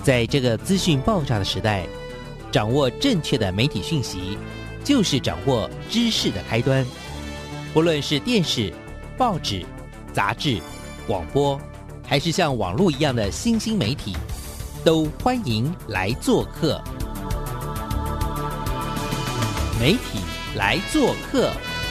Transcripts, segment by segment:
在这个资讯爆炸的时代，掌握正确的媒体讯息，就是掌握知识的开端。不论是电视、报纸、杂志、广播，还是像网络一样的新兴媒体，都欢迎来做客。媒体来做客。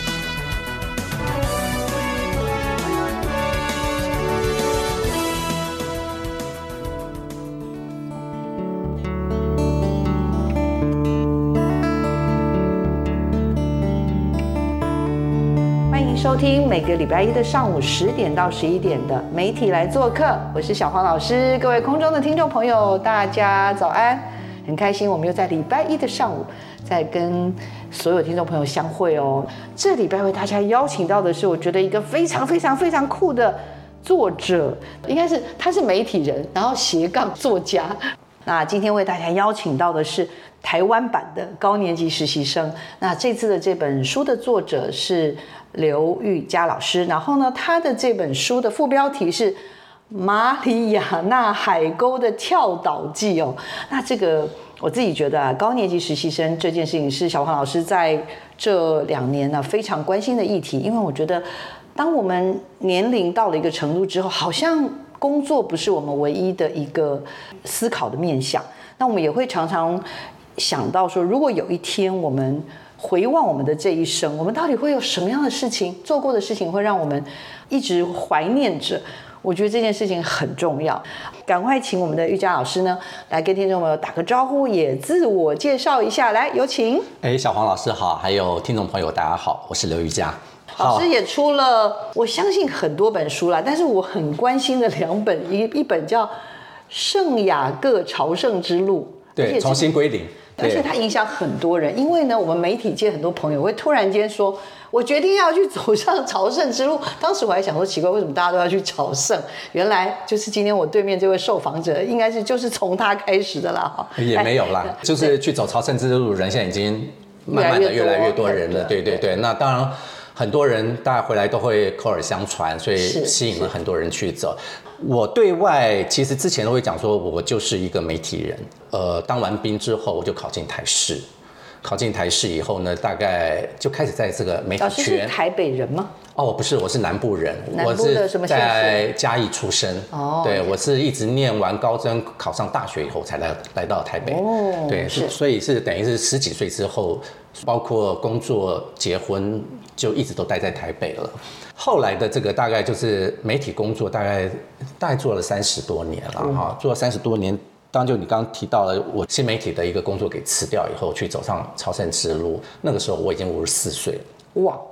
收听每个礼拜一的上午10点到11点的媒体来做客，我是小黄老师。各位空中的听众朋友，大家早安！很开心我们又在礼拜一的上午再跟所有听众朋友相会哦。这礼拜为大家邀请到的是我觉得一个非常酷的作者，应该是他是媒体人，然后斜杠作家。那今天为大家邀请到的是台湾版的高年级实习生。那这次的这本书的作者是刘玉佳老师，然后呢，他的这本书的副标题是《马里亚纳海沟的跳岛记》哦。那这个我自己觉得啊，高年级实习生这件事情是小黄老师在这2年呢非常关心的议题，因为我觉得当我们年龄到了一个程度之后，好像工作不是我们唯一的一个思考的面向，那我们也会常常想到说，如果有一天我们回望我们的这一生，我们到底会有什么样的事情做过的事情会让我们一直怀念着？我觉得这件事情很重要。赶快请我们的玉佳老师呢来跟听众朋友打个招呼，也自我介绍一下。来，有请。 小黄老师好，还有听众朋友大家好，我是刘玉佳。 老师也出了我相信很多本书啦，但是我很关心的2本，一本叫《圣雅各朝圣之路》， 对，重新归零。 而且它影响很多人，因为呢，我们媒体界很多朋友会突然间说，我决定要去走上朝圣之路。当时我还想说，奇怪，为什么大家都要去朝圣？原来就是今天我对面这位受访者，应该就是从他开始的啦。 也没有啦，就是去走朝圣之路，人现在已经慢慢的越来越多人了。对，那当然。很多人大家回来都会口耳相传，所以吸引了很多人去走。我对外其实之前都会讲说，我就是一个媒体人。当完兵之后，我就考进台视。考进台视以后呢，大概就开始在这个媒体圈。老师是台北人吗？ 哦，不是，我是南部人。 南部的什么县市？ 我是在嘉义出生。哦，对，我是一直念完高中，考上大学以后才来到台北。哦，对，所以是等于是10几岁之后，包括工作、结婚，就一直都待在台北了。后来的这个大概就是媒体工作，大概做了30多年了哈，做了30多年。当然，就你刚刚提到了，我新媒体的一个工作给辞掉以后，去走上朝圣之路。那个时候我已经54岁了。哇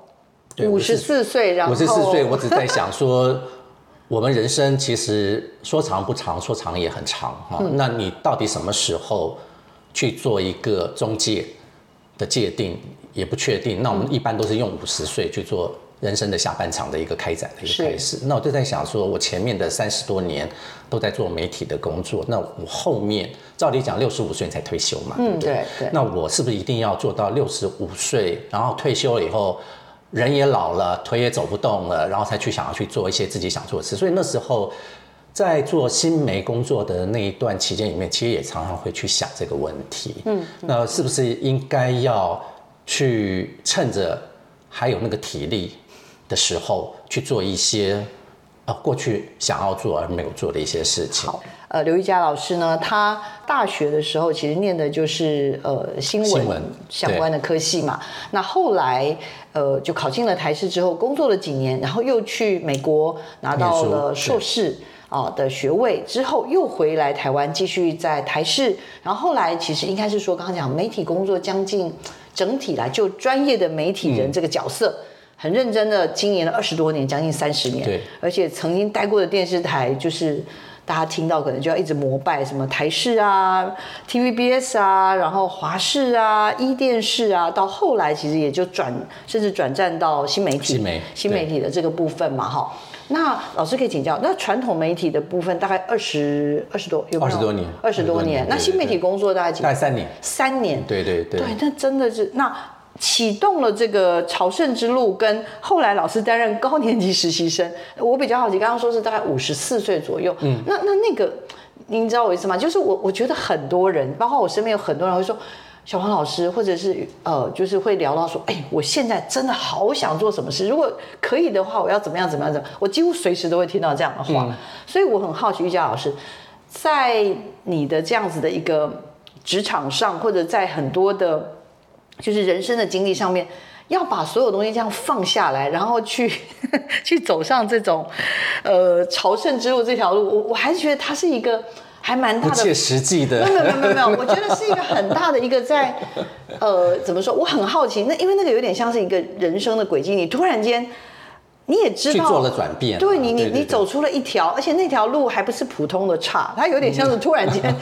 ，54岁，然后54岁，我只在想说，我们人生其实说长不长，说长也很长哈。那你到底什么时候去做一个中介的界定，也不确定。那我们一般都是用50岁去做人生的下半场的一个开展的一个开始。那我就在想说，我前面的30多年都在做媒体的工作，那我后面照理讲65岁才退休嘛，对不对？那我是不是一定要做到65岁，然后退休了以后，人也老了，腿也走不动了，然后才想要去做一些自己想做的事？所以那时候在做新媒工作的那一段期间里面，其实也常常会去想这个问题。那是不是应该要去趁着还有那个体力的时候去做一些过去想要做而没有做的一些事情？好， 刘玉佳老师呢，他大学的时候其实念的就是新闻相关的科系嘛。那后来就考进了台视之后，工作了几年，然后又去美国拿到了硕士的学位，之后又回来台湾继续在台视。然后后来其实应该是说，刚刚讲媒体工作将近整体来就专业的媒体人这个角色。很认真的经营了20多年，将近30年，对，而且曾经待过的电视台，就是大家听到可能就要一直膜拜，什么台视啊、TVBS 啊，然后华视啊、一电视啊，到后来其实也就甚至转战到新媒体的这个部分嘛，哈。那老师可以请教，那传统媒体的部分大概20多有没有？20多年。那新媒体工作大概几年？ 大概3年。 3年。 对。 对，那真的是那。启动了这个朝圣之路，跟后来老师担任高年级实习生，我比较好奇，刚刚说是大概54岁左右，那个您知道我意思吗？就是我觉得很多人，包括我身边有很多人会说，小黄老师，或者是就是会聊到说，我现在真的好想做什么事，如果可以的话，我要怎么样怎么样怎么样，我几乎随时都会听到这样的话。所以我很好奇，玉佳老师，在你的这样子的一个职场上，或者在很多的，就是人生的经历上面，要把所有东西这样放下来，然后去走上这种朝圣之路这条路，我还是觉得它是一个还蛮大的不切实际的。 没有，我觉得是一个很大的一个在怎么说？我很好奇，因为那个有点像是一个人生的轨迹，你突然间。你也知道去做了转变， 对你走出了一条，而且那条路还不是普通的岔，它有点像是突然间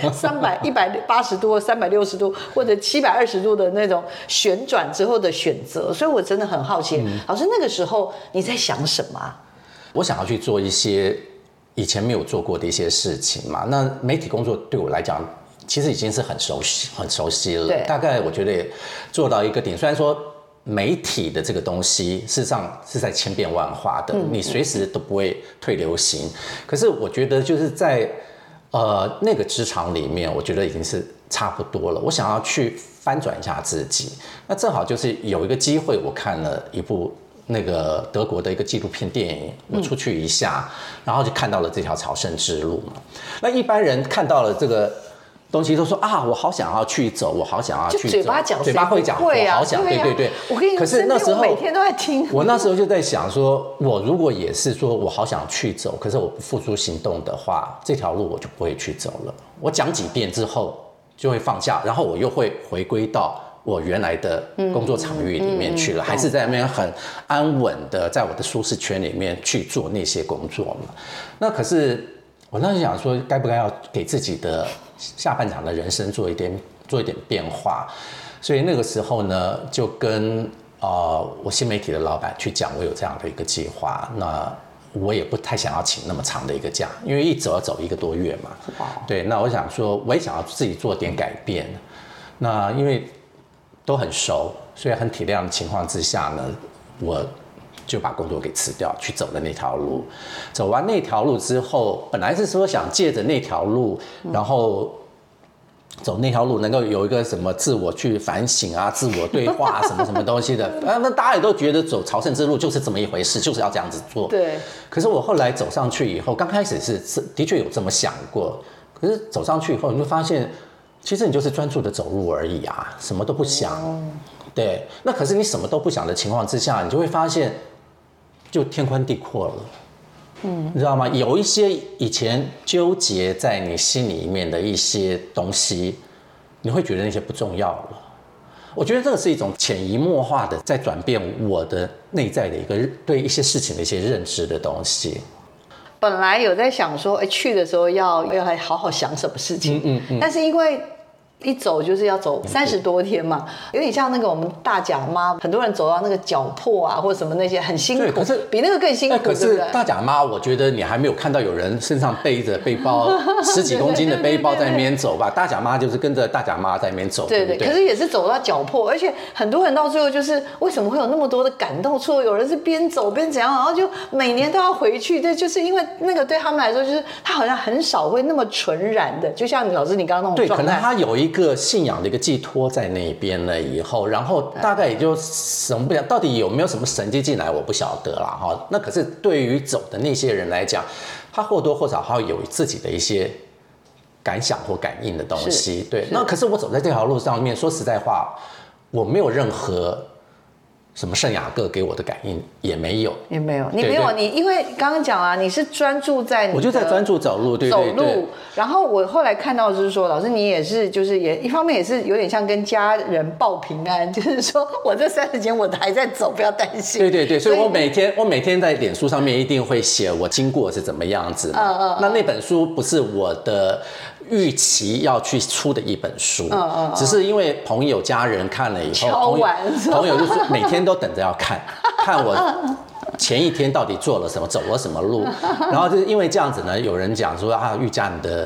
180度、360度或者720度的那种旋转之后的选择，所以我真的很好奇，老师那个时候你在想什么啊？ 我想要去做一些以前没有做过的一些事情嘛。那媒体工作对我来讲，其实已经是很熟悉了，大概我觉得也做到一个点，虽然说。媒体的这个东西，事实上是在千变万化的，你随时都不会退流行。可是我觉得就是在那个职场里面，我觉得已经是差不多了。我想要去翻转一下自己，那正好就是有一个机会，我看了一部那个德国的一个纪录片电影，我出去一下，然后就看到了这条朝圣之路嘛。那一般人看到了这个。东西都说啊，我好想要去走，我好想要去走。 嘴巴讲， 嘴巴会讲，我好想，对。 我跟你说， 可是那时候每天都在听。 我那时候就在想说，我如果也是说我好想去走，可是我不付诸行动的话，这条路我就不会去走了。我讲几遍之后就会放下，然后我又会回归到我原来的工作场域里面去了，还是在那边很安稳的在我的舒适圈里面去做那些工作嘛。那可是我那时想说，该不该要给自己的下半场的人生做一点变化，所以那个时候呢，就跟我新媒体的老板去讲，我有这样的一个计划。那我也不太想要请那么长的一个假，因为一走要走1个多月嘛。对，那我想说，我也想要自己做点改变。那因为都很熟，所以很体谅的情况之下呢，我就把工作给辞掉，去走的那条路。走完那条路之后，本来是说想借着那条路，然后走那条路能够有一个什么自我去反省啊、自我对话什么东西的。那大家也都觉得走朝圣之路就是这么一回事，就是要这样子做。 对。 可是我后来走上去以后，刚开始是的确有这么想过，可是走上去以后，你就发现，其实你就是专注的走路而已啊，什么都不想。对。那可是你什么都不想的情况之下，你就会发现。就天宽地阔了，你知道吗？有一些以前纠结在你心里面的一些东西，你会觉得那些不重要了。我觉得这个是一种潜移默化的在转变我的内在的一个对一些事情的一些认知的东西。 本来有在想说，去的时候要来好好想什么事情，但是因为。一走就是要走30多天嘛，有点像那个我们大甲妈，很多人走到那个脚破啊，或者什么那些很辛苦，可是比那个更辛苦。 可是大甲妈，我觉得你还没有看到有人身上背着背包10几公斤的背包在那边走吧？大甲妈就是跟着大甲妈在那边走，对。 可是也是走到脚破，而且很多人到最后就是为什么会有那么多的感动？除了有人是边走边怎样，然后就每年都要回去，对，就是因为那个对他们来说，就是他好像很少会那么纯然的，就像老师你刚刚那种状态， 对，可能他有一个信仰的一个寄托在那边了以后，然后大概也就什么不讲，到底有没有什么神迹进来，我不晓得啦哈。那可是对于走的那些人来讲，他或多或少还有自己的一些感想或感应的东西。对，那可是我走在这条路上面，说实在话，我没有任何。什么圣雅各给我的感应也没有， 你没有，你因为刚刚讲啊，你是专注在我就在专注走路，对。 然后我后来看到就是说，老师你也是，就是也一方面也是有点像跟家人报平安，就是说我这30天我还在走，不要担心。 对，所以我每天在脸书上面一定会写我经过是怎么样子。那本书不是我的。预期要去出的一本书，只是因为朋友家人看了以后，朋友就说每天都等着要看我前一天到底做了什么，走了什么路，然后就是因为这样子呢，有人讲说啊，玉佳你的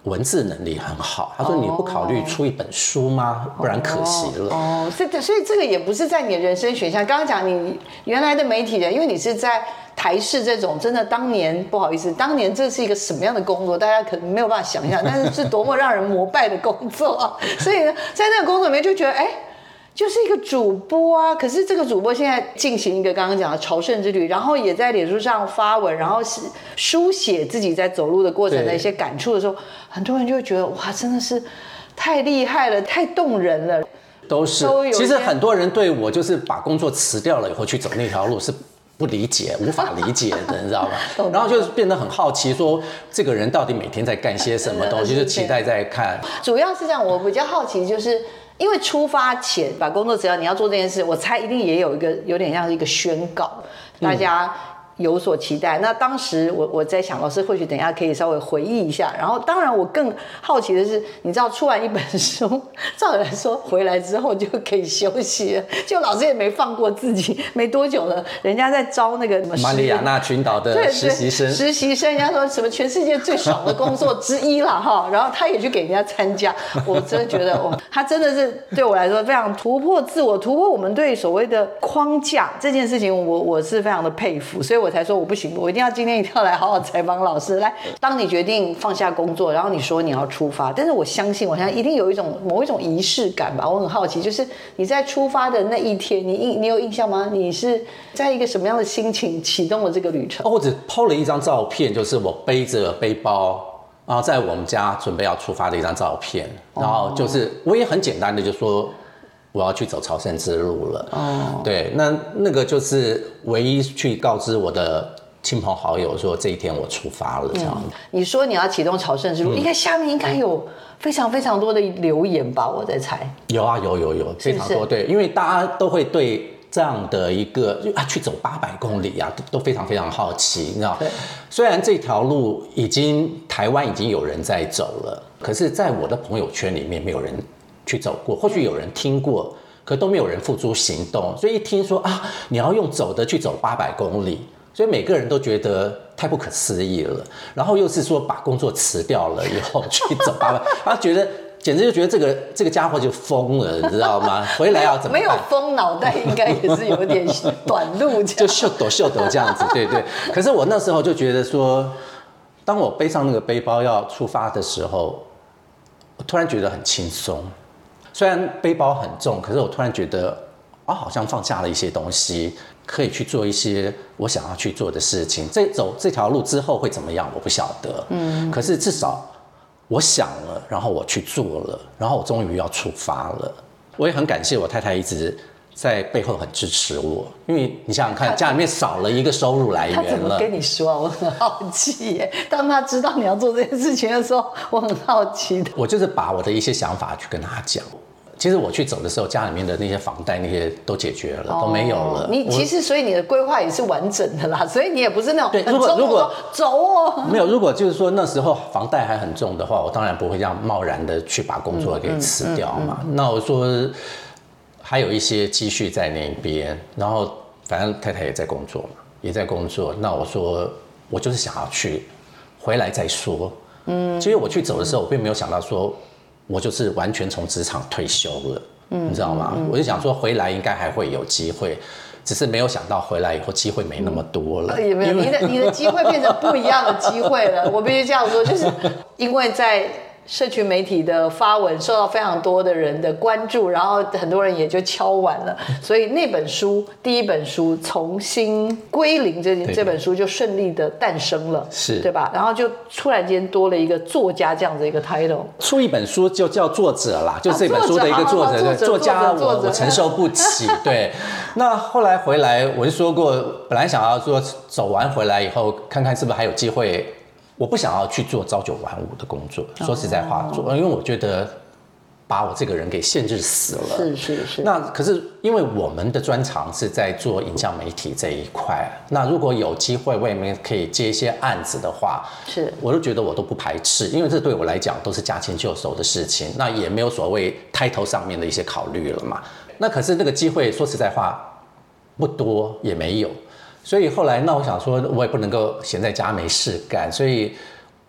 文字能力很好。他说你不考虑出一本书吗？不然可惜了。 所以这个也不是在你的人生选项。刚刚讲你原来的媒体人，因为你是在台视这种真的当年不好意思，当年这是一个什么样的工作，大家可能没有办法想象，但是是多么让人膜拜的工作啊！所以呢，在那个工作里面就觉得，就是一个主播啊。可是这个主播现在进行一个刚刚讲的朝圣之旅，然后也在脸书上发文，然后书写自己在走路的过程的一些感触的时候，很多人就会觉得哇，真的是太厉害了，太动人了。 都是，其实很多人对我就是把工作辞掉了以后去走那条路是不理解、无法理解的，你知道吗？然后就变得很好奇，说这个人到底每天在干些什么东西，就期待在看。 主要是这样，我比较好奇，就是因为出发前把工作辞掉，你要做这件事，我猜一定也有一个有点像是一个宣告，大家有所期待。那当时我在想，老师或许等一下可以稍微回忆一下。然后，当然我更好奇的是，你知道出完一本书，照理来说回来之后就可以休息了，就老师也没放过自己。没多久了，人家在招那个什么马里亚纳群岛的实习生， 实习生，人家说什么全世界最爽的工作之一啦哈，然后他也去给人家参加。我真的觉得他真的是对我来说非常突破自我，突破我们对所谓的框架这件事情，我是非常的佩服，所以我才说我不行，我一定要今天一定要来好好采访老师。来，当你决定放下工作，然后你说你要出发，但是我相信一定有某一种仪式感吧。我很好奇，就是你在出发的那一天，你有印象吗？你是在一个什么样的心情启动了这个旅程？ 我只 po 了一张照片，就是我背着背包，然后在我们家准备要出发的一张照片，然后就是我也很简单的就说我要去走朝圣之路了。对，那个就是唯一去告知我的亲朋好友说这一天我出发了这样。 你说你要启动朝圣之路，应该下面应该有非常非常多的留言吧？我在猜。 有啊，有非常多。对，因为大家都会对这样的一个去走800公里啊，都非常非常好奇，你知道？虽然这条路台湾已经有人在走了，可是在我的朋友圈里面没有人去走过，或许有人听过，可都没有人付诸行动。所以一听说你要用走的去走800公里，所以每个人都觉得太不可思议了。然后又是说把工作辞掉了以后去走800，他简直就觉得这个家伙就疯了，你知道吗？回来要怎么办？ 没有疯，脑袋应该也是有点短路， 就秀抖这样子，对。可是我那时候就觉得说，当我背上那个背包要出发的时候，我突然觉得很轻松。虽然背包很重，可是我突然觉得好像放下了一些东西，可以去做一些我想要去做的事情。走这条路之后会怎么样，我不晓得。可是至少我想了，然后我去做了，然后我终于要出发了。我也很感谢我太太一直在背后很支持我，因为你想想看，家里面少了一个收入来源了。 他怎么跟你说啊？我很好奇耶。当他知道你要做这件事情的时候，我很好奇的。 我就是把我的一些想法去跟他讲。其实我去走的时候，家里面的那些房贷那些都解决了，都没有了。 你其实所以你的规划也是完整的啦，所以你也不是那种对。如果走没有，如果就是说那时候房贷还很重的话，我当然不会这样贸然的去把工作给辞掉嘛。那我说还有一些积蓄在那边，然后反正太太也在工作嘛，也在工作。那我说我就是想要去，回来再说。其实我去走的时候，我并没有想到说我就是完全从职场退休了，你知道吗？我就想说回来应该还会有机会，只是没有想到回来以后机会没那么多了。 也没有，你的机会变成不一样的机会了。我必须这样说，就是因为在社群媒体的发文受到非常多的人的关注，然后很多人也就敲完了，所以那本书第一本书重新归零这本书就顺利的诞生了， 是对吧？然后就突然间多了一个作家这样的一个 title， 出一本书就叫作者啦，就这本书的一个作者，作家我承受不起。对，那后来回来我就说过，本来想要说走完回来以后看看是不是还有机会。我不想要去做朝9晚5的工作，说实在话，因为我觉得把我这个人给限制死了。 是。 那可是因为我们的专长是在做影像媒体这一块，那如果有机会我们可以接一些案子的话，我就觉得我都不排斥，因为这对我来讲都是驾轻就熟的事情，那也没有所谓title上面的一些考虑了嘛。那可是那个机会说实在话不多，也没有。所以后来，那我想说，我也不能够闲在家没事干，所以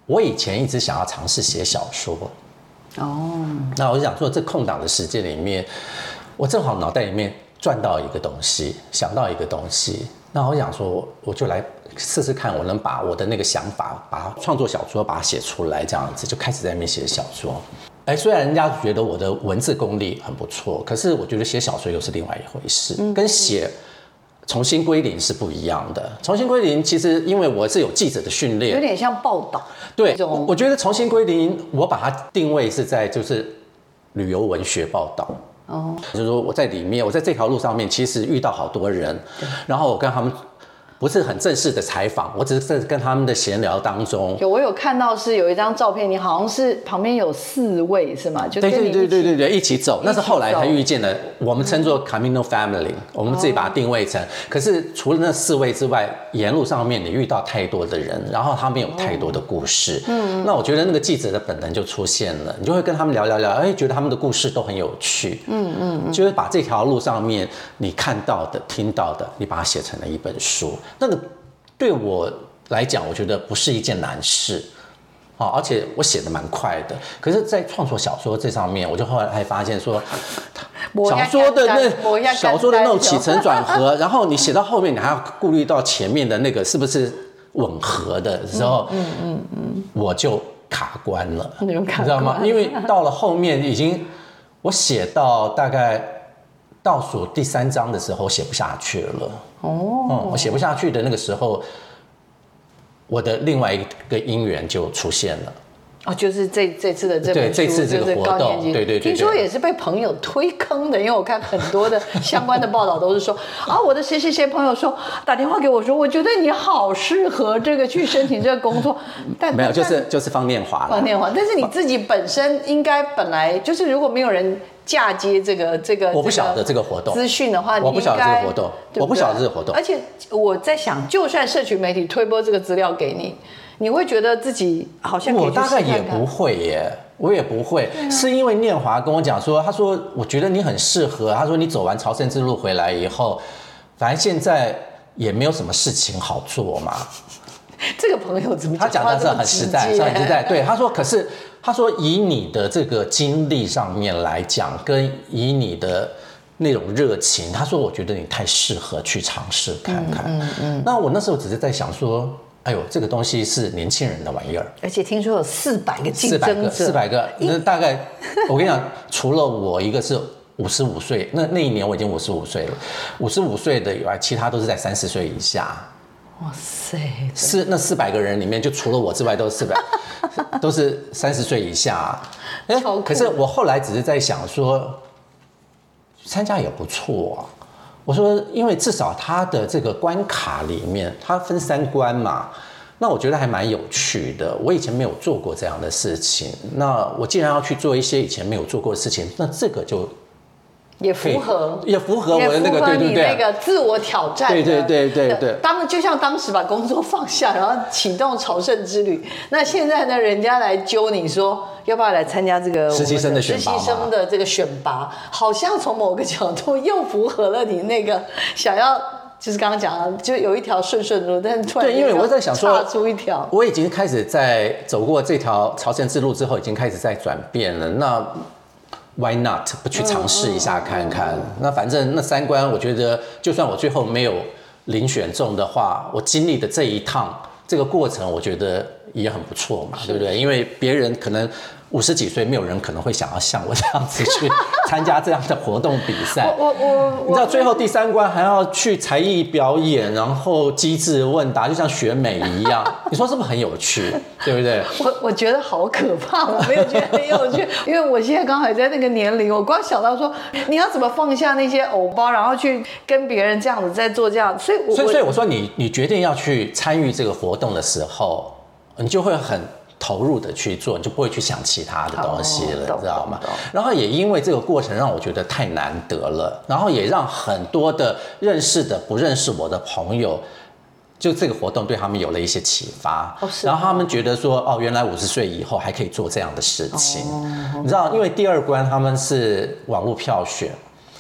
我以前一直想要尝试写小说。那我就想说，这空档的时间里面，我正好脑袋里面转到一个东西，想到一个东西，那我想说，我就来试试看，我能把我的那个想法，把它创作小说，把它写出来，这样子就开始在那边写小说。虽然人家觉得我的文字功力很不错，可是我觉得写小说又是另外一回事，跟写重新归零是不一样的。重新归零其实因为我是有记者的训练， 有点像报道。 对，我觉得重新归零，我把它定位是在就是旅游文学报道。就是说我在里面，我在这条路上面，其实遇到好多人，然后我跟他们不是很正式的采访，我只是跟他们的闲聊当中。 我有看到是有一张照片，你好像是旁边有4位是吗？就跟你对，一起走。那是后来才遇见的，我们称作 Camino Family，我们自己把它定位成。可是除了那4位之外，沿路上面你遇到太多的人，然后他们有太多的故事。那我觉得那个记者的本能就出现了，你就会跟他们聊，觉得他们的故事都很有趣。就是把这条路上面你看到的、听到的，你把它写成了一本书。那个对我来讲，我觉得不是一件难事，而且我写的蛮快的。可是，在创作小说这上面，我就后来还发现说，小说的那种起承转合，然后你写到后面，你还要顾虑到前面的那个是不是吻合的时候，我就卡关了，你知道吗？因为到了后面已经我写到大概倒数第3章的时候，写不下去了。我写不下去的那个时候，我的另外一个因缘就出现了。就是这次的这本书，这次这个活动，对， 听说也是被朋友推坑的，因为我看很多的相关的报道都是说我的谁朋友说打电话给我说，我觉得你好适合这个去申请这个工作，但没有，就是方念华了。 方念华，但是你自己本身应该本来就是如果没有人嫁接这个， 我不晓得这个活动资讯的话， 我不晓得这个活动，我不晓得这个活动。 而且我在想，就算社群媒体推播这个资料给你，你会觉得自己好像可以去试看看。 我大概也不会耶，我也不会，是因为念华跟我讲说，他说我觉得你很适合，他说你走完朝圣之路回来以后，反正现在也没有什么事情好做嘛。 这个朋友怎么他讲的是很实在，很实在。对，他说，可是他说以你的这个经历上面来讲，跟以你的那种热情，他说我觉得你太适合去尝试看看。那我那时候只是在想说，哎呦，这个东西是年轻人的玩意儿， 而且听说有400个竞争者 ，400个，那大概我跟你讲，除了我一个是55岁，那一年我已经55岁了，55岁的以外，其他都是在30岁以下。 哇塞！ 那400个人里面，就除了我之外，都是400，都是30岁以下。可是我后来只是在想说，参加也不错啊。我说，因为至少它的这个关卡里面，它分3关嘛，那我觉得还蛮有趣的。我以前没有做过这样的事情，那我既然要去做一些以前没有做过的事情，那这个就也符合我的那个对那个自我挑战的， 对。 就像当时把工作放下，然后启动朝圣之旅。那现在呢，人家来揪你说要不要来参加这个实习生的这个选拔，好像从某个角度又符合了你那个想要。就是刚刚讲的，就有一条顺的路，但是突然因为我在想说， 岔出一条， 我已经开始在走过这条朝圣之路之后，已经开始在转变了。那Why not 不去尝试一下看看？那反正那3关，我觉得就算我最后没有遴选中的话，我经历的这一趟这个过程，我觉得也很不错嘛，对不对？因为别人可能50几岁，没有人可能会想要像我这样子去参加这样的活动比赛。你知道最后第3关还要去才艺表演，然后机智问答，就像选美一样。你说是不是很有趣？对不对？ 我觉得好可怕，我没有觉得很有趣，因为我现在刚好也在那个年龄，我光想到说你要怎么放下那些偶包，然后去跟别人这样子在做这样，所以我说你决定要去参与这个活动的时候，你就会很投入的去做，你就不会去想其他的东西了，你知道吗？然后也因为这个过程让我觉得太难得了，然后也让很多的认识的不认识我的朋友，就这个活动对他们有了一些启发，然后他们觉得说，原来50岁以后还可以做这样的事情，你知道，因为第2关他们是网络票选，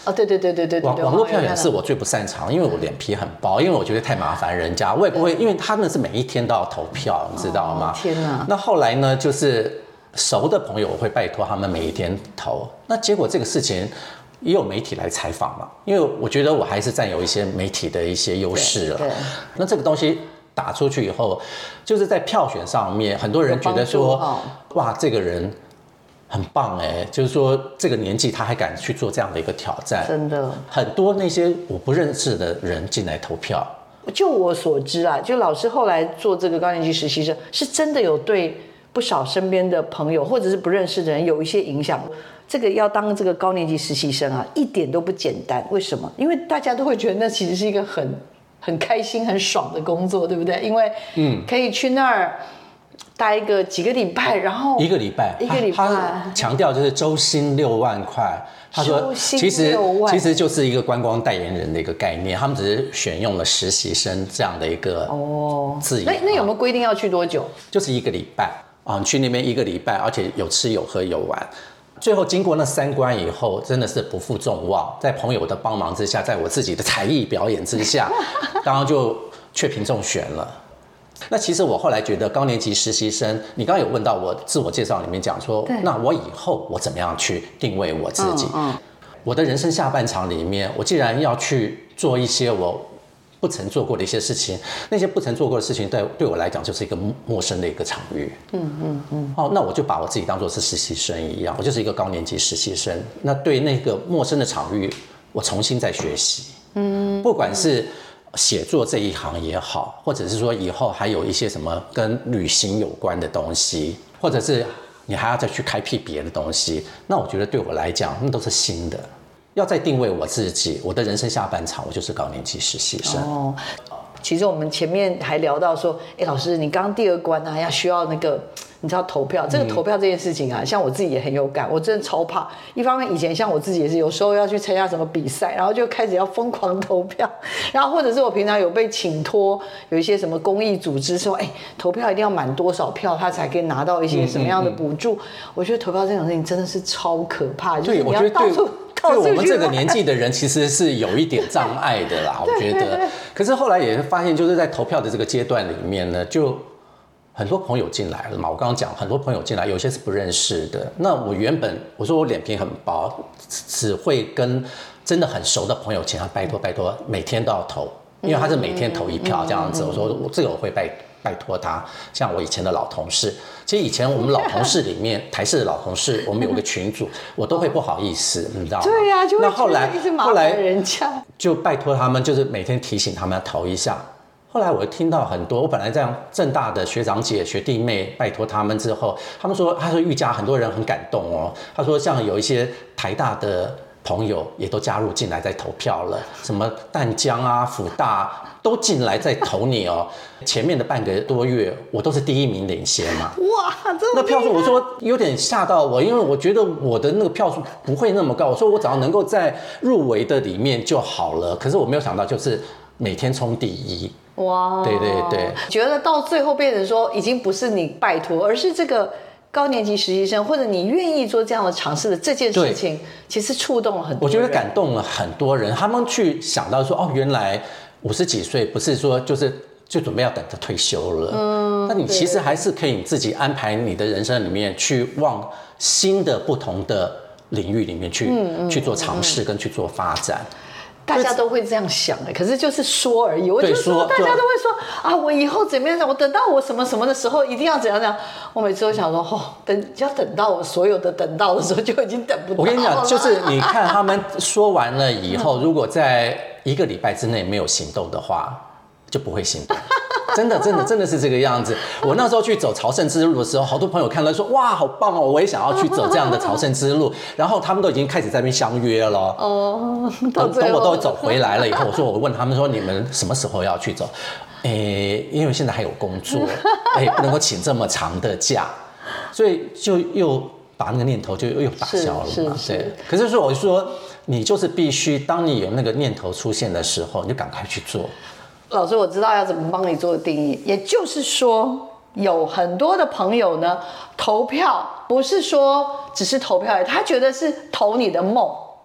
哦，对， 网络票选是我最不擅长，因为我脸皮很薄，因为我觉得太麻烦人家，我也不会，因为他们是每一天都要投票，你知道吗？ 天哪！ 那后来呢，就是熟的朋友，我会拜托他们每一天投。那结果这个事情也有媒体来采访嘛，因为我觉得我还是占有一些媒体的一些优势了。那这个东西打出去以后，就是在票选上面，很多人觉得说，哇，这个人很棒哎，就是说这个年纪他还敢去做这样的一个挑战， 真的很多那些我不认识的人进来投票。 就我所知啊，就老师后来做这个高年级实习生，是真的有对不少身边的朋友或者是不认识的人有一些影响。这个要当这个高年级实习生啊，一点都不简单。为什么？因为大家都会觉得那其实是一个很开心、很爽的工作，对不对？因为可以去那儿待几个礼拜，然后一个礼拜，他强调就是周薪6万块。他说其实就是一个观光代言人的一个概念，他们只是选用了实习生这样的一个字眼。 那有没有规定要去多久？ 就是1个礼拜啊，去那边1个礼拜，而且有吃有喝有玩。最后经过那3关以后，真的是不负众望，在朋友的帮忙之下，在我自己的才艺表演之下，当然就确评中选了。那其实我后来觉得高年级实习生，你刚刚有问到我自我介绍里面讲说，那我以后我怎么样去定位我自己？我的人生下半场里面，我既然要去做一些我不曾做过的一些事情，那些不曾做过的事情对我来讲就是一个陌生的一个场域。那我就把我自己当作是实习生一样，我就是一个高年级实习生。那对那个陌生的场域，我重新再学习。不管是写作这一行也好，或者是说以后还有一些什么跟旅行有关的东西，或者是你还要再去开辟别的东西，那我觉得对我来讲，那都是新的。要再定位我自己，我的人生下半场，我就是高年级实习生。 其实我们前面还聊到说，老师，你刚刚第2关啊，需要那个，你知道投票，这个投票这件事情啊，像我自己也很有感，我真的超怕。一方面，以前像我自己也是，有时候要去参加什么比赛，然后就开始要疯狂投票，然后或者是我平常有被请托，有一些什么公益组织说，投票一定要满多少票，他才可以拿到一些什么样的补助。我觉得投票这种事情真的是超可怕，就是你要到处。 对我们这个年纪的人，其实是有一点障碍的啦，我觉得。可是后来也发现，就是在投票的这个阶段里面呢，就很多朋友进来了嘛。我刚刚讲很多朋友进来，有些是不认识的。那我原本我说我脸皮很薄，只会跟真的很熟的朋友请他拜托，每天都要投，因为他是每天投1票这样子。我说这个我会拜托他，像我以前的老同事，其实以前我们老同事里面，台式的老同事，我们有个群组，我都会不好意思，你知道吗？ 对呀，就会那后来一直麻烦人家， 就拜托他们，就是每天提醒他们要投一下。后来我听到很多，我本来这样政大的学长姐、学弟妹拜托他们之后，他说瑜伽很多人很感动哦。他说像有一些台大的朋友也都加入进来在投票了，什么淡江啊、辅大都进来在投你哦。前面的半个多月，我都是第1名领先嘛。 哇， 那票数我说有点吓到我，因为我觉得我的那个票数不会那么高，我说我只要能够在入围的里面就好了。可是我没有想到，就是每天冲第1。哇，对， 觉得到最后变成说，已经不是你拜托，而是这个高年级实习生或者你愿意做这样的尝试的这件事情，其实触动了很多人。 我觉得感动了很多人，他们去想到说，原来50几岁不是说就准备要等着退休了，那你其实还是可以自己安排你的人生里面去往新的不同的领域里面去做尝试跟去做发展。 大家都会这样想可是就是说而已。我就说大家都会说啊，我以后怎么样？我等到我什么什么的时候，一定要怎样怎样。我每次都想说，等到我所有的等到的时候，就已经等不到了。 我跟你讲，就是你看他们说完了以后，如果在1个礼拜之内没有行动的话，就不会行动。真的是这个样子。我那时候去走朝圣之路的时候，好多朋友看了说，哇，好棒哦，我也想要去走这样的朝圣之路。然后他们都已经开始在那边相约了。等我都走回来了以后，我问他们说，你们什么时候要去走？因为现在还有工作，不能够请这么长的假，所以就又把那个念头就又打消了嘛。对。可是我说，你就是必须，当你有那个念头出现的时候，你就赶快去做。 老师，我知道要怎么帮你做定义，也就是说，有很多的朋友呢，投票不是说只是投票，他觉得是投你的梦，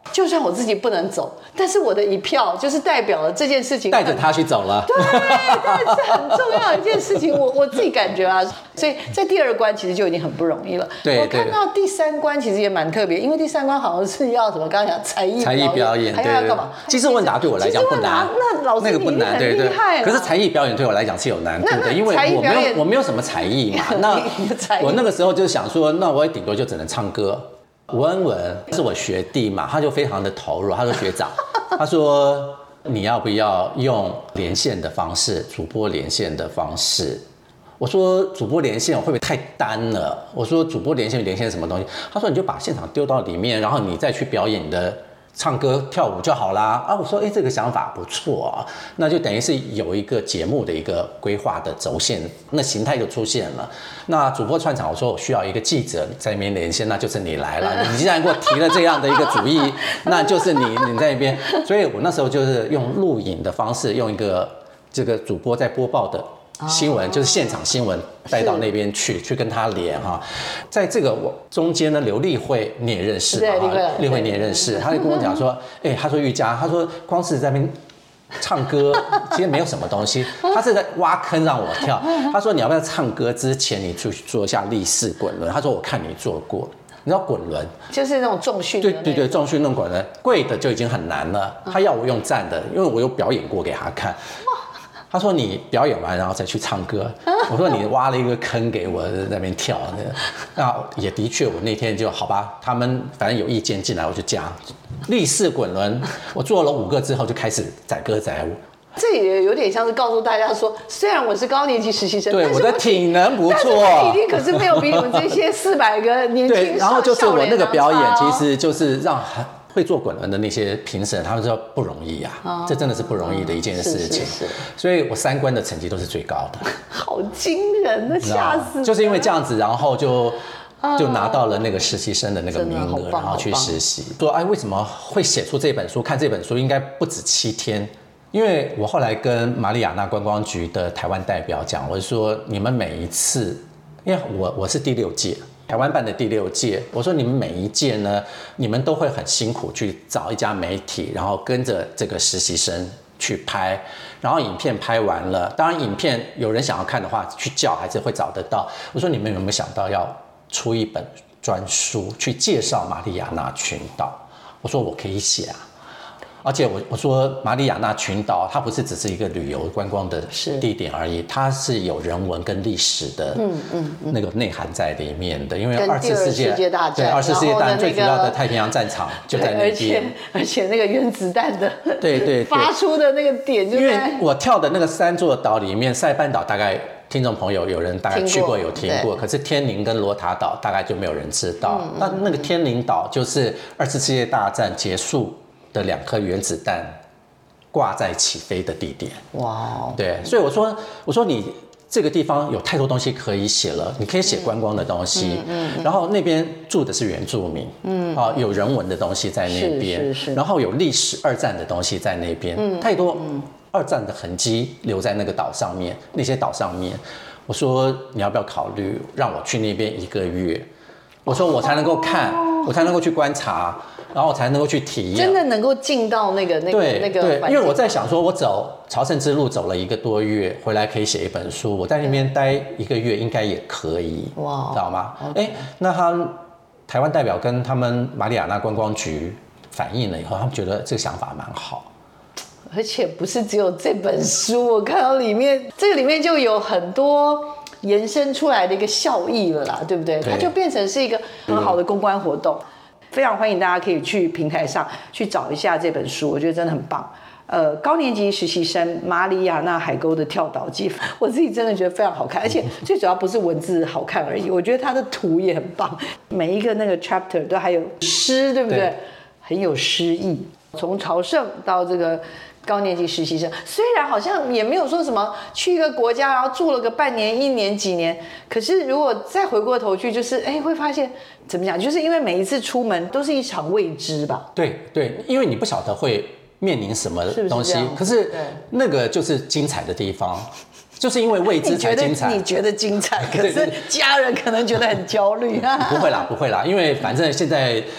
就算我自己不能走，但是我的一票就是代表了这件事情带着他去走了。 对，这是很重要的一件事情。我自己感觉啊，所以在第2关其实就已经很不容易了。 对， 我看到第3关其实也蛮特别，因为第3关好像是要什么？刚刚讲才艺表演，还要干嘛？ 即时问答对我来讲不难， 那老师那个不难，对对。可是才艺表演对我来讲是有难度的，因为我没有什么才艺嘛。那我那个时候就想说，那我顶多就只能唱歌。文文是我学弟嘛，他就非常的投入，他说学长，他说你要不要用连线的方式，主播连线的方式？我说主播连线会不会太单了？我说主播连线什么东西？他说你就把现场丢到里面，然后你再去表演你的唱歌跳舞就好啦。啊，我说这个想法不错啊，那就等于是有一个节目的一个规划的轴线，那形态就出现了。那主播串场，我说我需要一个记者在那边连线，那就是你来了。你既然给我提了这样的一个主意，那就是你在那边。所以我那时候就是用录影的方式，用一个这个主播在播报的新闻，就是现场新闻带到那边去跟他连哈。在这个中间呢，刘立慧你也认识嘛？立慧你也认识，他就跟我讲说，他说瑜伽，他说光是在那边唱歌其实没有什么东西，他是在挖坑让我跳。他说你要不要唱歌之前你去做一下立式滚轮？他说我看你做过。你知道滚轮就是那种重训的那种， 对，重训那种滚轮，跪的就已经很难了。他要我用站的，因为我有表演过给他看。他说你表演完然后再去唱歌，我说你挖了一个坑给我在那边跳，那也的确我那天就好吧，他们反正有意见进来我就加立式滚轮，我做了5个之后就开始载歌载舞。 这也有点像是告诉大家说，虽然我是高年级实习生， 对我的体能不错，但是我体力可是没有比你们这些400个年轻对，然后就是我那个表演，其实就是让会做滚轮的那些评审，他们说不容易啊，这真的是不容易的一件事情。 是所以我3关的成绩都是最高的， 好惊人的，吓死了！ 就是因为这样子，然后就拿到了那个实习生的那个名额，然后去实习。说为什么会写出这本书？看这本书应该不止7天。因为我后来跟马里亚纳观光局的台湾代表讲，我说你们每一次，因为我是第6届台湾办的第6届，我说你们每一届呢，你们都会很辛苦去找一家媒体，然后跟着这个实习生去拍，然后影片拍完了，当然影片有人想要看的话，去叫还是会找得到。我说你们有没有想到要出一本专书去介绍马里亚纳群岛？我说我可以写啊。而且我说马里亚纳群岛，它不是只是一个旅游观光的地点而已，它是有人文跟历史的那个内涵在里面的。因为 24世界大战， 对24世界大战最主要的太平洋战场就在那边， 而且那个原子弹的对发出的那个点就在， 因为我跳的那个3座岛里面，塞班岛大概听众朋友有人大概去过有听过，可是天宁跟罗塔岛大概就没有人知道。那个天宁岛就是24世界大战结束的2颗原子弹挂在起飞的地点。哇，对，所以我说你这个地方有太多东西可以写了，你可以写观光的东西，然后那边住的是原住民，有人文的东西在那边，然后有历史2战的东西在那边，太多2战的痕迹留在那个岛上面，那些岛上面。我说你要不要考虑让我去那边1个月？我说我才能够看，我才能够去观察。然后我才能够去体验， 真的能够进到那个对，因为我在想说，我走朝圣之路走了1个多月，回来可以写一本书，我在那边待1个月应该也可以，哇，知道吗？那他台湾代表跟他们马里亚纳观光局反映了以后，他们觉得这个想法蛮好。 而且不是只有这本书，我看到这个里面就有很多延伸出来的一个效益了啦，对不对？它就变成是一个很好的公关活动。非常欢迎大家可以去平台上去找一下这本书，我觉得真的很棒。高年级实习生马里亚纳海沟的跳岛记，我自己真的觉得非常好看，而且最主要不是文字好看而已，我觉得它的图也很棒，每一个那个 chapter 都还有诗，对不对？很有诗意。从朝圣到这个高年级实习生，虽然好像也没有说什么去一个国家然后住了个半年、1年、几年，可是如果再回过头去，就是会发现怎么讲，就是因为每一次出门都是一场未知吧。 对，因为你不晓得会面临什么东西，可是那个就是精彩的地方，就是因为未知才精彩。 你觉得精彩，可是家人可能觉得很焦虑。 不会啦，因为反正现在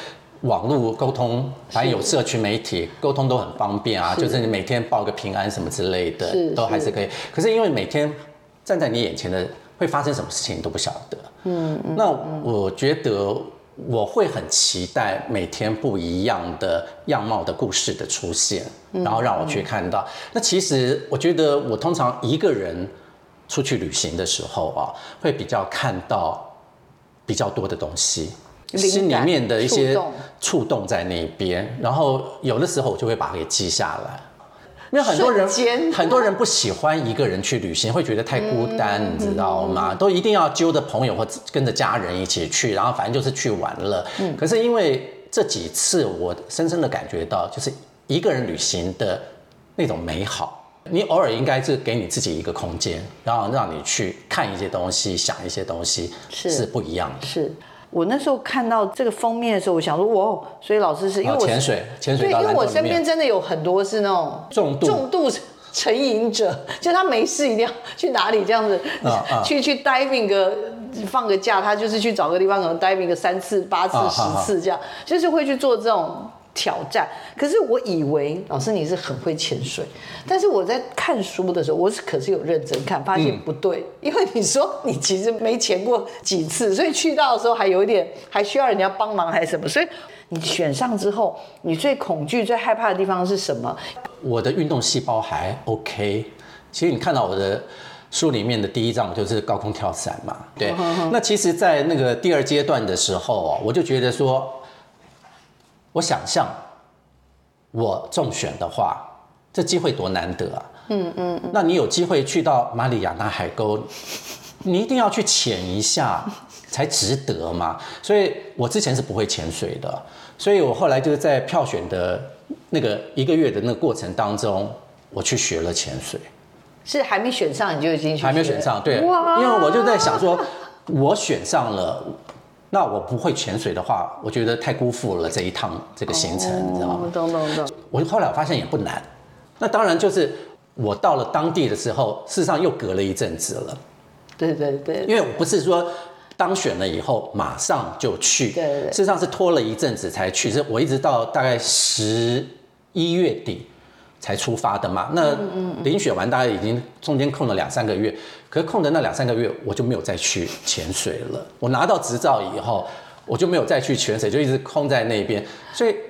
网络沟通，反正有社群媒体沟通都很方便啊，就是你每天报个平安什么之类的，都还是可以。可是因为每天站在你眼前的会发生什么事情你都不晓得，那我觉得我会很期待每天不一样的样貌的故事的出现，然后让我去看到。那其实我觉得我通常一个人出去旅行的时候啊，会比较看到比较多的东西，心里面的一些触动在那边，然后有的时候我就会把它给记下来。因为很多人不喜欢一个人去旅行，会觉得太孤单，你知道吗？都一定要揪着朋友或跟着家人一起去，然后反正就是去玩了。可是因为这几次，我深深的感觉到，就是一个人旅行的那种美好。你偶尔应该是给你自己一个空间，然后让你去看一些东西，想一些东西，是不一样的。 是。我那时候看到这个封面的时候，我想说，哇，所以老师是因为我潜水对，因为我身边真的有很多是那种重度成瘾者，就他没事一定要去哪里这样子，去 diving 放个假，他就是去找个地方可能 diving 个3次、8次、10次这样，就是会去做这种挑战。可是我以为老师你是很会潜水，但是我在看书的时候，可是有认真看，发现不对，因为你说你其实没潜过几次，所以去到的时候还有一点还需要人家帮忙还是什么，所以你选上之后，你最恐惧、最害怕的地方是什么？ 我的运动细胞还 OK， 其实你看到我的书里面的第一章就是高空跳伞嘛，对。那其实，在那个第2阶段的时候，我就觉得说，我想象我中选的话，这机会多难得啊！那你有机会去到马里亚纳海沟，你一定要去潜一下才值得嘛。所以我之前是不会潜水的，所以我后来就是在票选的那个1个月的那个过程当中，我去学了潜水。 是还没选上你就已经去学了？ 还没选上，对，因为我就在想说，我选上了。那我不会潜水的话，我觉得太辜负了这一趟这个行程，你知道吗？ 懂。 我后来我发现也不难。那当然就是我到了当地的时候，事实上又隔了一阵子了。对。因为我不是说当选了以后马上就去，对，事实上是拖了一阵子才去，是我一直到大概11月底才出发的嘛。那遴选完大概已经中间空了2-3个月。可是空的那2-3个月，我就没有再去潜水了。我拿到执照以后，我就没有再去潜水，就一直空在那边。所以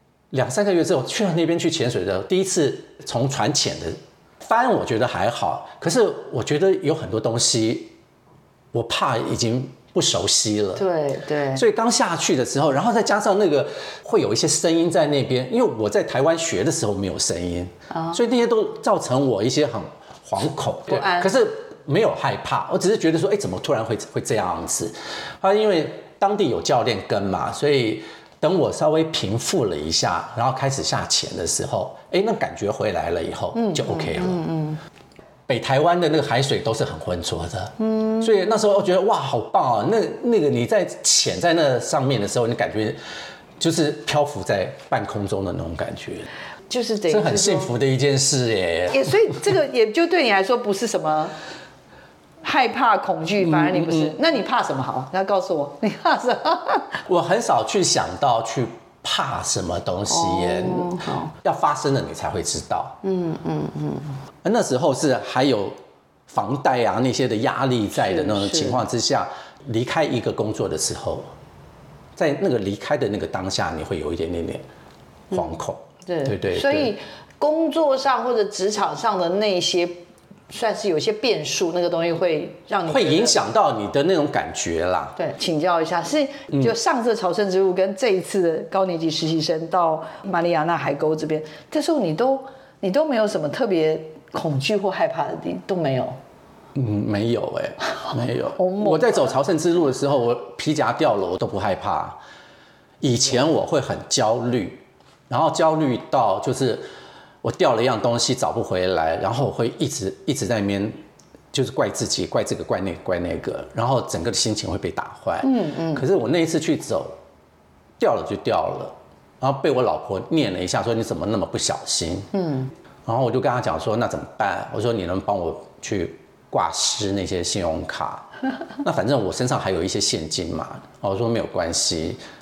2-3个月之后去到那边去潜水的，第一次从船潜的翻，我觉得还好。可是我觉得有很多东西，我怕已经不熟悉了。 对。 所以刚下去的时候，然后再加上那个会有一些声音在那边，因为我在台湾学的时候没有声音，所以那些都造成我一些很惶恐。 不安。 可是没有害怕，我只是觉得说，怎么突然会这样子？因为当地有教练跟嘛，所以等我稍微平复了一下，然后开始下潜的时候，那感觉回来了以后就 OK 了。北台湾的那个海水都是很浑浊的，所以那时候我觉得哇，好棒啊！那个你在潜在那上面的时候，你感觉就是漂浮在半空中的那种感觉。 就是等于是很幸福的一件事耶。 所以这个也就对你来说不是什么害怕恐惧，反而你不是。那你怕什么？好，你要告诉我，你怕什么？ 我很少去想到去怕什么东西耶。要发生了你才会知道。那时候是还有房贷啊那些的压力在的那种情况之下，离开一个工作的时候，在那个离开的那个当下，你会有一点点惶恐。对。 所以工作上或者职场上的那些，算是有些变数，那个东西会让你会影响到你的那种感觉啦。 对，请教一下，是就上次朝圣之路跟这一次的高年级实习生到马里亚纳海沟这边，这时候你都没有什么特别恐惧或害怕的地都没有。 没有没有。我在走朝圣之路的时候，我皮夹掉了我都不害怕。以前我会很焦虑。然后焦虑到就是我掉了一样东西找不回来，然后我会一直在那边就是怪自己，怪这个怪那个，然后整个的心情会被打坏。可是我那一次去走，掉了就掉了，然后被我老婆念了一下，说你怎么那么不小心。然后我就跟她讲说那怎么办？我说你能帮我去挂失那些信用卡？那反正我身上还有一些现金嘛。我说没有关系。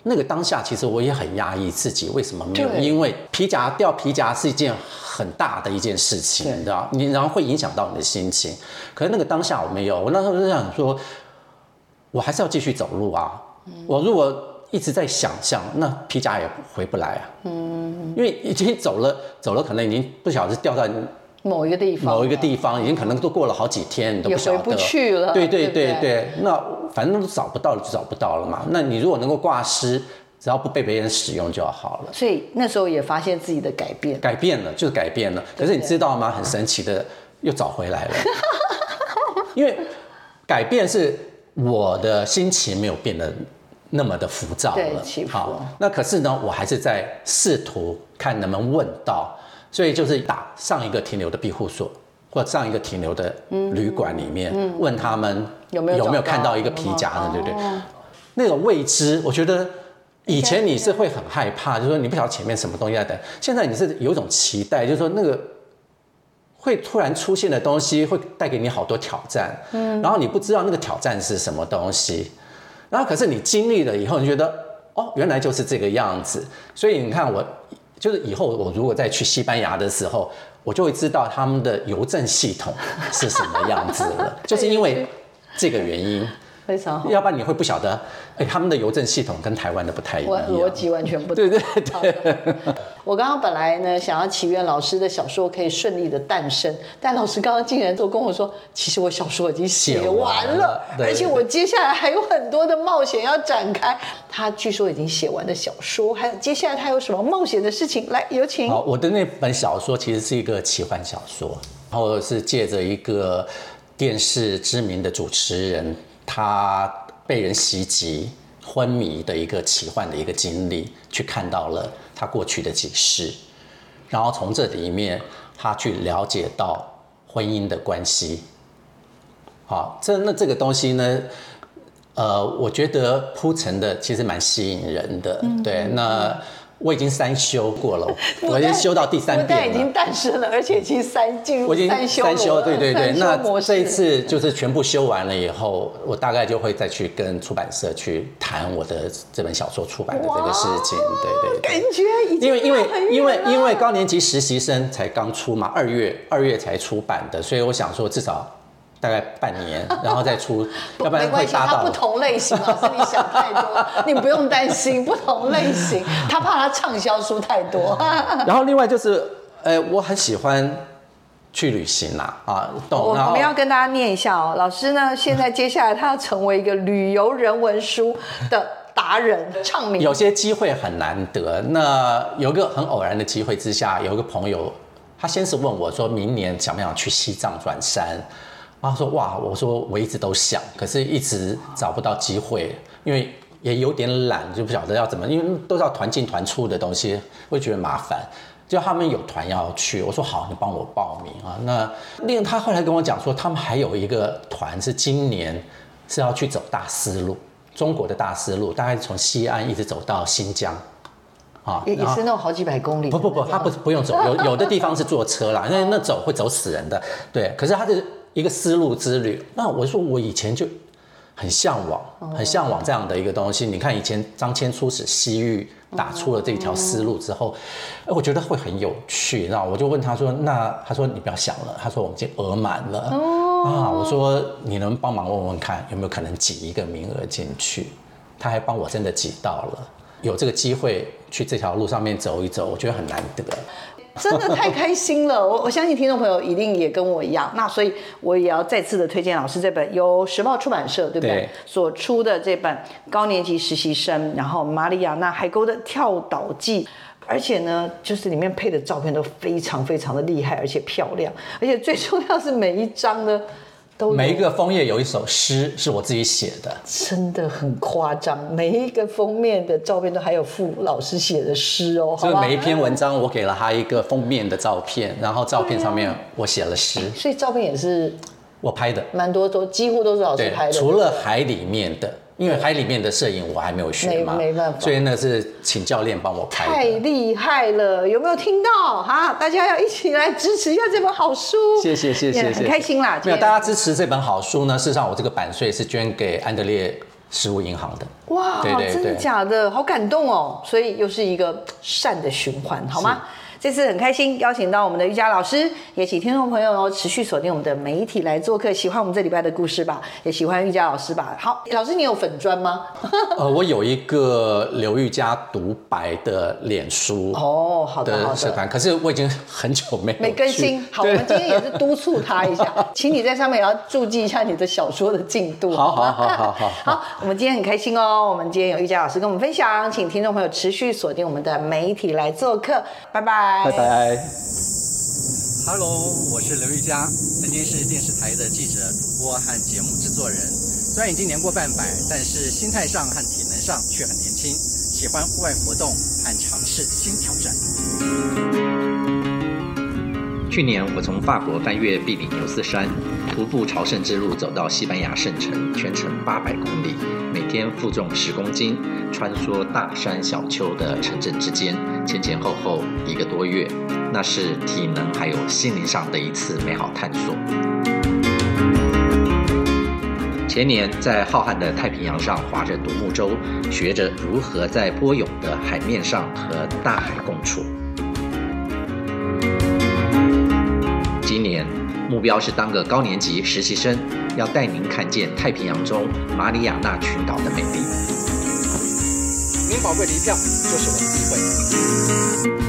那个当下，其实我也很压抑自己，为什么没有？因为掉皮夹是一件很大的一件事情，你知道，然后会影响到你的心情。可是那个当下我没有，我那时候就想说，我还是要继续走路啊。我如果一直在想象，那皮夹也回不来啊。因为已经走了，可能已经不晓得掉在某一个地方，已经可能都过了好几天，你都不晓得， 也回不去了。 对，那反正都找不到了就找不到了嘛。那你如果能够挂失，只要不被别人使用就好了。 所以那时候也发现自己的改变了，就是改变了。可是你知道吗？很神奇的，又找回来了。因为改变是我的心情没有变得那么的浮躁了，好，那可是呢，我还是在试图看能不能问到，所以就是打上一个停留的庇护所，或上一个停留的旅馆里面，问他们有没有看到一个皮夹呢？对不对？那种未知，我觉得以前你是会很害怕，就是说你不晓得前面什么东西在等，现在你是有一种期待，就是说那个会突然出现的东西会带给你好多挑战，然后你不知道那个挑战是什么东西。然后可是你经历了以后，你觉得哦，原来就是这个样子。所以你看，我就是以后我如果再去西班牙的时候，我就会知道他们的邮政系统是什么样子了，就是因为这个原因。 非常好， 要不然你会不晓得，他们的邮政系统跟台湾的不太一样， 逻辑完全不同。 对。 我刚刚本来呢想要祈愿老师的小说可以顺利的诞生，但老师刚刚竟然都跟我说，其实我小说已经写完了，而且我接下来还有很多的冒险要展开。他据说已经写完的小说，还有接下来他有什么冒险的事情？来，有请。 好，我的那本小说其实是一个奇幻小说，然后是借着一个电视知名的主持人，他被人袭击昏迷的一个奇幻的一个经历，去看到了他过去的几世，然后从这里面他去了解到婚姻的关系。好，这个东西呢，我觉得铺陈的其实蛮吸引人的。对，那我已经3修过了，我已经修到第3遍了。 不但已经诞生了，而且已经进入3修了。 对。那这一次就是全部修完了以后，我大概就会再去跟出版社去谈我的这本小说出版的这个事情。对。 感觉已经因为高年级实习生才刚出嘛，2月才出版的，所以我想说至少大概半年，然后再出，要不然会搭到。 他不同类型，老师你想太多，你不用担心不同类型，他怕他畅销书太多。 然后另外就是，我很喜欢去旅行啦， 我们要跟大家念一下哦，老师呢，现在接下来他要成为一个旅游人文书的达人，唱名。 有些机会很难得，那有一个很偶然的机会之下，有一个朋友，他先是问我说，明年想不想去西藏转山？然后说哇，我说我一直都想，可是一直找不到机会，因为也有点懒，就不晓得要怎么，因为都是要团进团出的东西，会觉得麻烦。就他们有团要去，我说好，你帮我报名啊。那他后来跟我讲说，他们还有一个团是今年是要去走大丝路，中国的大丝路，大概从西安一直走到新疆。 也是那种好几百公里。 不，他不用走，有的地方是坐车啦，因为那走会走死人的。对，可是他是一个丝路之旅。那我说我以前就很向往这样的一个东西。你看以前张骞出使西域，打出了这条丝路之后，我觉得会很有趣。然后我就问他说，他说你不要想了，他说我们已经额满了。我说你能帮忙问问看有没有可能挤一个名额进去？他还帮我真的挤到了。有这个机会去这条路上面走一走，我觉得很难得， 真的太开心了。我相信听众朋友一定也跟我一样，那所以我也要再次的推荐老师这本由时报出版社对不对所出的这本高年级实习生，然后马里亚纳海沟的跳岛记。而且呢，就是里面配的照片都非常非常的厉害，而且漂亮，而且最重要是每一张呢每一个枫叶有一首诗是我自己写的， 真的很夸张。每一个封面的照片都还有附老师写的诗哦， 就是每一篇文章我给了他一个封面的照片，然后照片上面我写了诗， 所以照片也是我拍的， 蛮多都几乎都是老师拍的， 除了海里面的。因为海里面的摄影我还没有学嘛， 没办法， 所以那是请教练帮我拍的。 太厉害了，有没有听到？大家要一起来支持一下这本好书。 谢谢， 很开心啦。 没有，大家支持这本好书呢。事实上，我这个版税是捐给安德烈食物银行的。 哇，真的假的？好感动哦！所以又是一个善的循环，好吗？这次很开心邀请到我们的瑜伽老师，也请听众朋友持续锁定我们的媒体来做客，喜欢我们这礼拜的故事吧，也喜欢瑜伽老师吧。好，老师你有粉专吗？ 我有一个刘瑜伽独白的脸书好的社团，可是我已经很久没更新。好，我们今天也是督促他一下，请你在上面也要注记一下你的小说的进度。好，我们今天很开心哦，我们今天有瑜伽老师跟我们分享，请听众朋友持续锁定我们的媒体来做客，拜拜。 拜拜。 Hello， 我是刘瑜伽，曾经是电视台的记者、主播和节目制作人。虽然已经年过半百，但是心态上和体能上却很年轻，喜欢户外活动和尝试新挑战。 去年我从法国翻越比利牛斯山，徒步朝圣之路走到西班牙圣城，全程800公里，每天负重10公斤，穿梭大山小丘的城镇之间，前后后1个多月，那是体能还有心灵上的一次美好探索。前年在浩瀚的太平洋上划着独木舟，学着如何在波涌的海面上和大海共处。今年目标是当个高年级实习生，要带您看见太平洋中马里亚纳群岛的美丽。 您宝贵的一票就是我的机会。